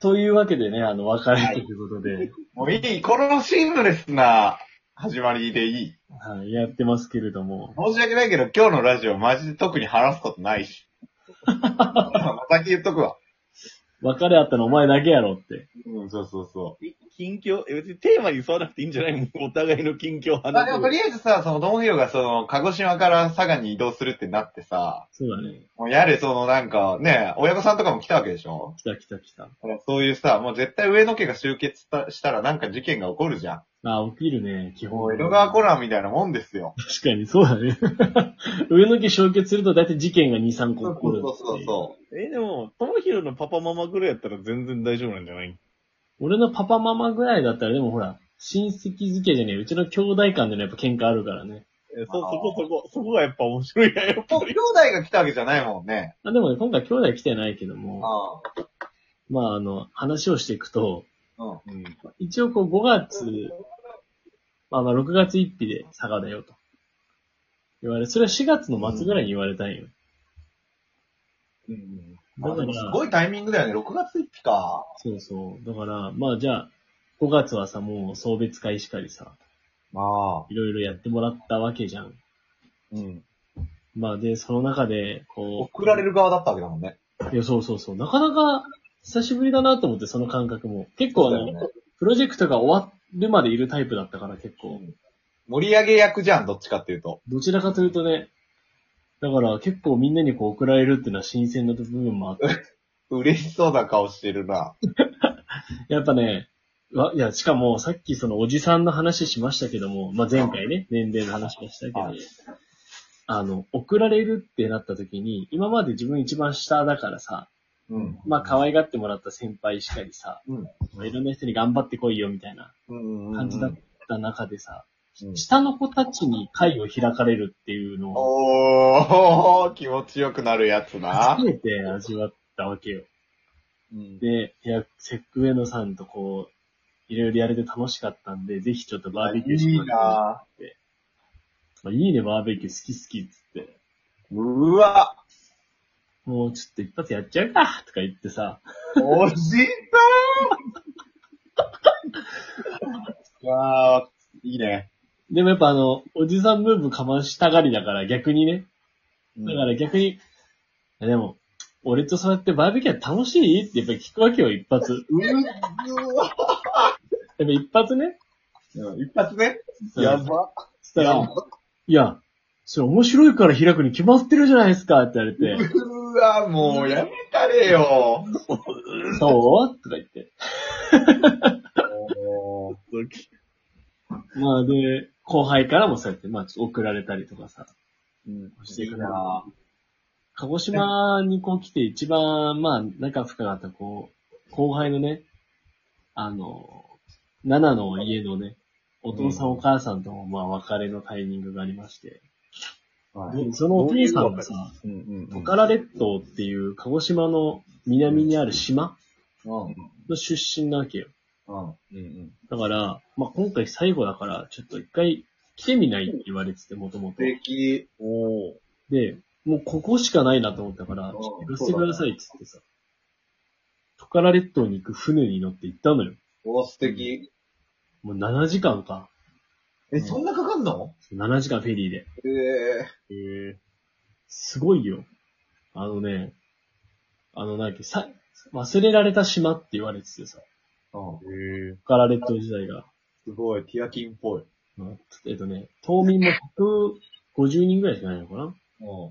というわけでね、別れということで、 もういい、このシームレスな始まりでいい。 はい、やってますけれども。 申し訳ないけど、今日のラジオマジで特に話すことないし。先言っとくわ。 別れあったのお前だけやろって。 うん、そうそうそ近況、別にテーマに沿わなくていいんじゃないもん。お互いの近況う。 話でもとりあえずさ、そのドンヒロが鹿児島から佐賀に移動するってなってさ、 そうだね。 もうやれなんかね、親御さんとかも来たわけでしょ？ 来た。 そういうさ、もう絶対上野家が集結したらなんか事件が起こるじゃん。 あ、起きるね、基本。 もう江戸川コナンみたいなもんですよ。 確かに、そうだね。上の家集結すると大体事件が2、3個起こる。 そう。 でも、ともひろのパパママぐらいやったら全然大丈夫なんじゃない？ 俺のパパママぐらいだったら、でもほら、親戚付けじゃねえ。うちの兄弟間でのやっぱ喧嘩あるからね。 そこがやっぱ面白いや、やっぱり。 兄弟が来たわけじゃないもんね。 あ、でもね、今回兄弟来てないけども、 あまあ話をしていくと、 あ。うん。 うん。 一応こう5月、まあ6月1日で佐賀だよと。言われ、それは4月の末ぐらいに言われたんよ。 うん。 だから、 すごいタイミングだよね。6月1日か。 そうそう。だから、まあじゃあ、5月はさ、もう送別会しかりさ、 ああ。 いろいろやってもらったわけじゃん。 うん。 まあで、その中で、こ送られる側だったわけだもんね。 う、いや、そう。なかなか久しぶりだなと思って、その感覚も。結構そうだよね。 プロジェクトが終わるまでいるタイプだったから結構。 盛り上げ役じゃん、どっちかっていうと。 どちらかというとね、だから結構みんなにこう送られるっていうのは新鮮な部分もあって。 嬉しそうな顔してるな。 やっぱね、いや、しかもさっきそのおじさんの話しましたけども、まあ、前回ね、年齢の話もしたけど、 はい送られるってなった時に、今まで自分一番下だからさ、 うん。 まあ可愛がってもらった先輩しかりさ、 うん。 まあいろんな人に頑張ってこいよみたいな感じだった中でさ、下の子たちに会を開かれるっていうのを、 おー、気持ちよくなるやつな初。めて味わったわけよ。 うん。 で、いや、セックウェノさんとこう、いろいろやれて楽しかったんで、ぜひちょっとバーベキューしましょうって。まあ、いいね、バーベキュー好きっつって。 うわ、 もうちょっと一発やっちゃうかとか言ってさ。 おじさんわー、いいね。 でもやっぱおじさんムーブかましたがりだから逆にね。だから逆に、でも、俺とそうやってバーベキュー楽しいってやっぱ聞くわけよ、一発。やっぱ一発ね。 一発ね。 うんやば。 そしたら、いや、それ面白いから開くに決まってるじゃないですかって言われて、 うわ、もうやめたれよ。 そうとか言って。 おーまあで、後輩からもそうやって、まあちょっと送られたりとかさ、していくな。鹿児島にこう来て一番、まあ仲深かったこう、後輩のね、ナナの家のね、お父さんお母さんともまあ別れのタイミングがありまして、で、そのお父さんがさ、トカラ列島っていう鹿児島の南にある島の出身なわけよ。だから、まあ今回最後だから、ちょっと一回来てみないって言われてて、もともと。 素敵。 で、もうここしかないなと思ったから、ちょっと行かせてくださいって言ってさ、トカラ列島に行く船に乗って行ったのよ。 お、素敵。 もう7時間か。 そんなかかんの 7時間フェリーで。すごいよ。なんだっけ、忘れられた島って言われててさ、トカラ列島時代が。 すごい、ティアキンっぽい。 島民も150人ぐらいしかないのかな。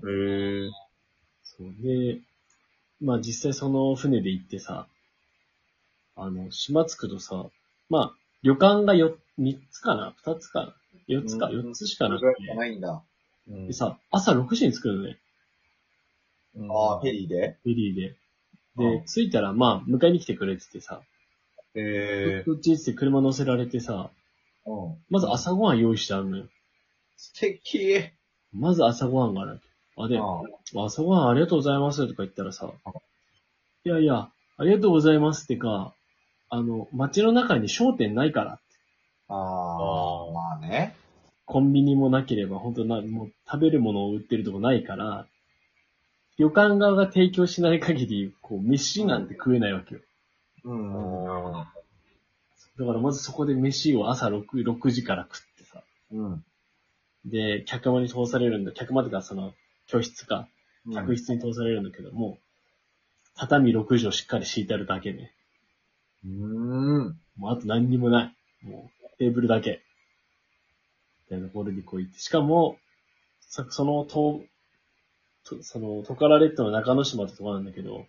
そうで、まあ実際その船で行ってさ、島着くとさ、まあ、旅館が3つかな ?2 つかな ?4 つか ?4 つしかなくて。 ないんだ。 でさ、朝6時に着くのね。 ああ、フェリーでフェリーで。で、着いたらまあ、迎えに来てくれててさ、こっちって車乗せられてさ、まず朝ごはん用意してあるのよ。 素敵。 まず朝ごはんがある。で、朝ごはんありがとうございますとか言ったらさ、いやいや、ありがとうございますってか、街の中に商店ないからって。 まあね。 コンビニもなければ、本当もう食べるものを売ってるとこないから、旅館側が提供しない限り、こう、飯なんて食えないわけよ。 だからまずそこで飯を朝6時から食ってさ。で、客間に通されるんだ。客間ってかその、居室か。客室に通されるんだけども、畳6畳しっかり敷いてあるだけね。もうあと何にもない。もう、テーブルだけ。みたいなところにこう行って。しかも、そのトカラ列島の中之島ってとこなんだけど、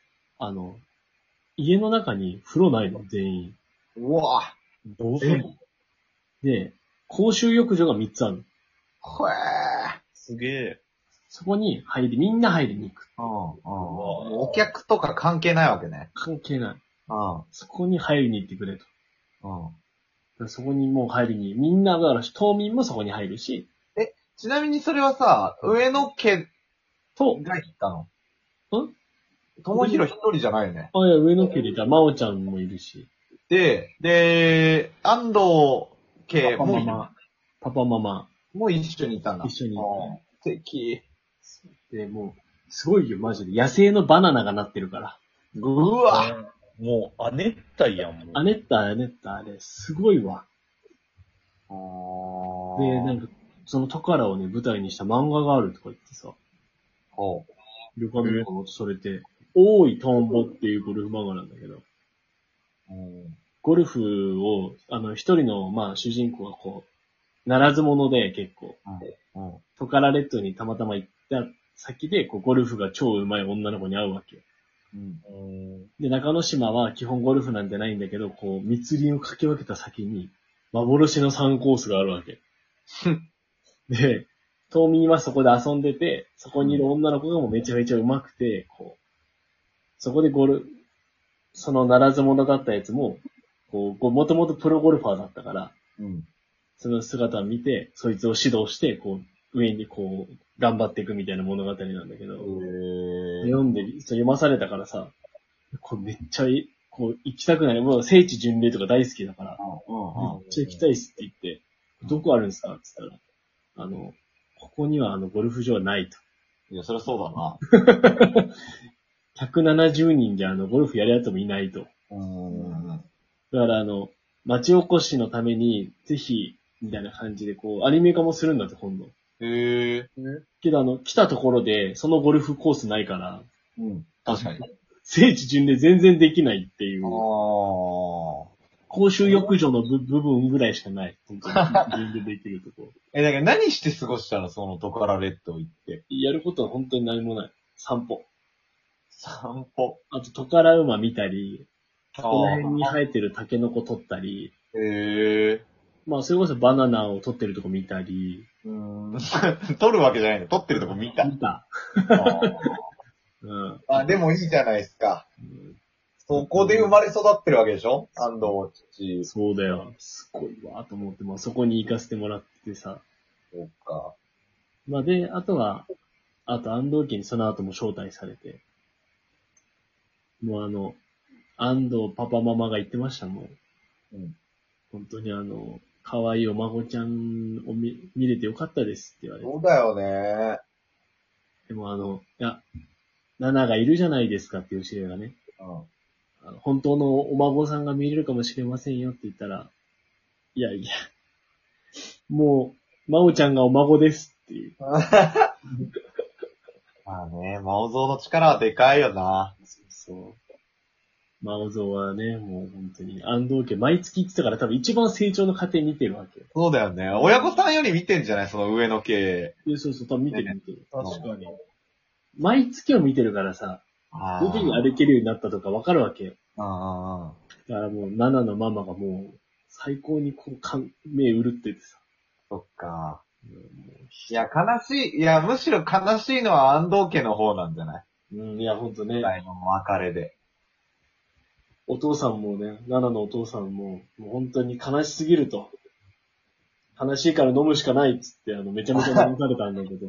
家の中に風呂ないの、全員。 うわぁ。 どうするの？ で、公衆浴場が3つあるの。 ほえー。 すげえ。 そこにみんな入りに行く。 お客とか関係ないわけね。 関係ない。そこに入りに行ってくれと。そこにもうみんな、だから島民もそこに入るし。 ちなみにそれはさ、上野家とが行ったの？友広一人じゃないよね。 いや、上野家でいたら、真央ちゃんもいるし。 で、安藤家もパパママ。 もう一緒にいたんだ。 一緒に。 素敵。 で、もう、すごいよ、マジで。野生のバナナがなってるから。 うわもう、亜熱帯やん、もう。 亜熱帯、あれ、すごいわ。で、なんか、そのトカラをね、舞台にした漫画があるとか言ってさ。旅館の方がそれて、大井トンボっていうゴルフ漫画なんだけど。ゴルフを、一人の、まあ、主人公がこう、ならず者で結構、トカラ列島にたまたま行った先で、こう、ゴルフが超上手い女の子に会うわけよ。で、中之島は基本ゴルフなんてないんだけど、こう、密林をかき分けた先に、幻の3コースがあるわけ。で、島民はそこで遊んでて、そこにいる女の子がもうめちゃめちゃ上手くて、こう、そこでそのならず者だったやつも、こう、もともとプロゴルファーだったから、その姿を見て、そいつを指導して、こう、上にこう、頑張っていくみたいな物語なんだけど、読まされたからさ、これめっちゃこう、行きたくない。もう聖地巡礼とか大好きだから、めっちゃ行きたいっすって言って、どこあるんですかって言ったら、ここにはゴルフ場はないと。 いや、そりゃそうだな。 170人じゃゴルフやるやつもいないと。だから町おこしのために、ぜひ、みたいな感じで、こう、アニメ化もするんだって、今度。けど来たところで、そのゴルフコースないから、 確かに。 聖地巡礼全然できないっていう。公衆浴場の部分ぐらいしかない。本当に。全然できるとこ。 だから何して過ごしたのそのトカラ列島行って。 やることは本当に何もない。散歩。あと、トカラ馬見たり、この辺に生えてるタケノコ取ったり。まあ、それこそバナナを取ってるとこ見たり。 取るわけじゃないの。取ってるとこ見た。でもいいじゃないですか。そこで生まれ育ってるわけでしょ安藤父。 そうだよ。すごいわと思って、そこに行かせてもらってさ。 そうか。 で、あと安藤家にその後も招待されて。もう安藤パパママが言ってましたもん。本当に可愛いお孫ちゃんを見れてよかったですって言われて。 そうだよね。 でもナナがいるじゃないですかっていう知り合いがね。本当のお孫さんが見れるかもしれませんよって言ったら、いやいや、もう、真央ちゃんがお孫ですっていう。 まあね、真央像の力はでかいよな。 そう。真央像はね、もう本当に、安藤家、毎月言ってたから多分一番成長の過程見てるわけよ。 そうだよね。親御さんより見てんじゃないその上の家。 そう、多分見てる。 確かに。 毎月を見てるからさ、どこに歩けるようになったとかわかるわけよ。だからもう、ナナのママがもう、最高にこう、目潤っててさ。 そっか。いや、悲しい。いや、むしろ悲しいのは安藤家の方なんじゃない？ いや、ほんとね。 最後の別れで。 お父さんもね、ナナのお父さんも、もう本当に悲しすぎると。悲しいから飲むしかないっつって、めちゃめちゃ飲まされたんだけど。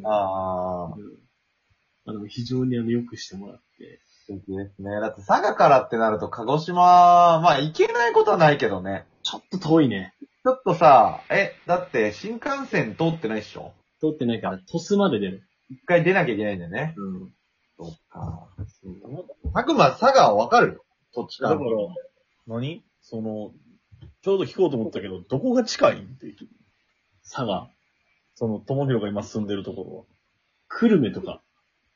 でも非常によくしてもらって。 素敵ですね。だって佐賀からってなると鹿児島、まあ行けないことはないけどね。 ちょっと遠いね。 ちょっとさ、だって新幹線通ってないっしょ？ 通ってないから、鳥栖まで出る。 一回出なきゃいけないんだよね。 うん。 そっか。佐賀はわかるよ。 どっちか。 だから、何ちょうど聞こうと思ったけど、どこが近いんっていう。 佐賀。 友広が今住んでるところは。 久留米とか。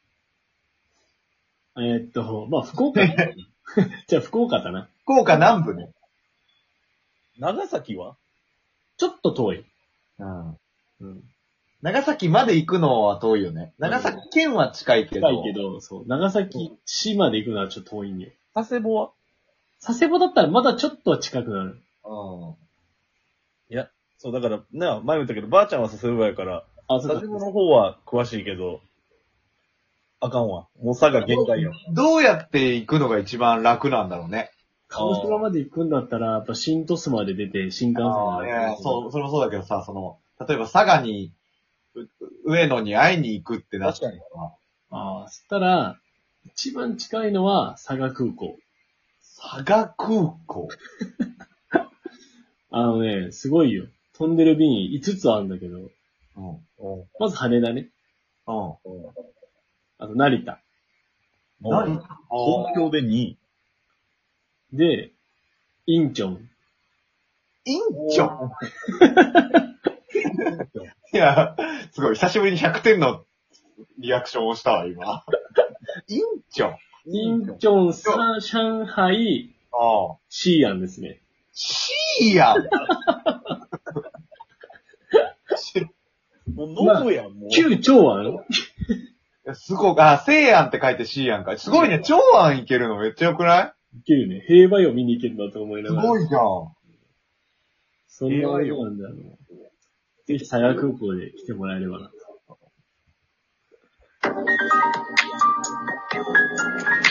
まあ、福岡。じゃあ、福岡かな。 福岡南部ね。 長崎はちょっと遠い。 うん。長崎まで行くのは遠いよね。長崎県は近いけど。 近いけど、そう。長崎市まで行くのはちょっと遠いんで。 佐世保は佐世保だったらまだちょっとは近くなる。 いや、そう、だから、前も言ったけど、ばあちゃんは佐世保やから、 そう佐世保の方は詳しいけど、あかんわ。もう佐賀限界よ。 どうやって行くのが一番楽なんだろうね。 鹿児島まで行くんだったら、やっぱ新鳥栖まで出て新幹線で。 そう、それもそうだけどさ、例えば佐賀に、上野に会いに行くってなったりとか。 そしたら、一番近いのは佐賀空港。 佐賀空港すごいよ。飛んでる便5つあるんだけど。まず羽田ね。あと成田。 東京で2位。 で、インチョン。 インチョンいや、すごい、久しぶりに100点のリアクションをしたわ、今。インチョン。 インチョン、上海、シーアンですね。 シーアンもうノブやん、もう。 旧長安すごい、西安って書いてシーアンか。すごいね、長安行けるのめっちゃ良くない？ いけるね。平和よ見に行けるんだと思いながら。 すごいじゃん。 そんなことなんだろう。ぜひ佐賀空港で来てもらえればな。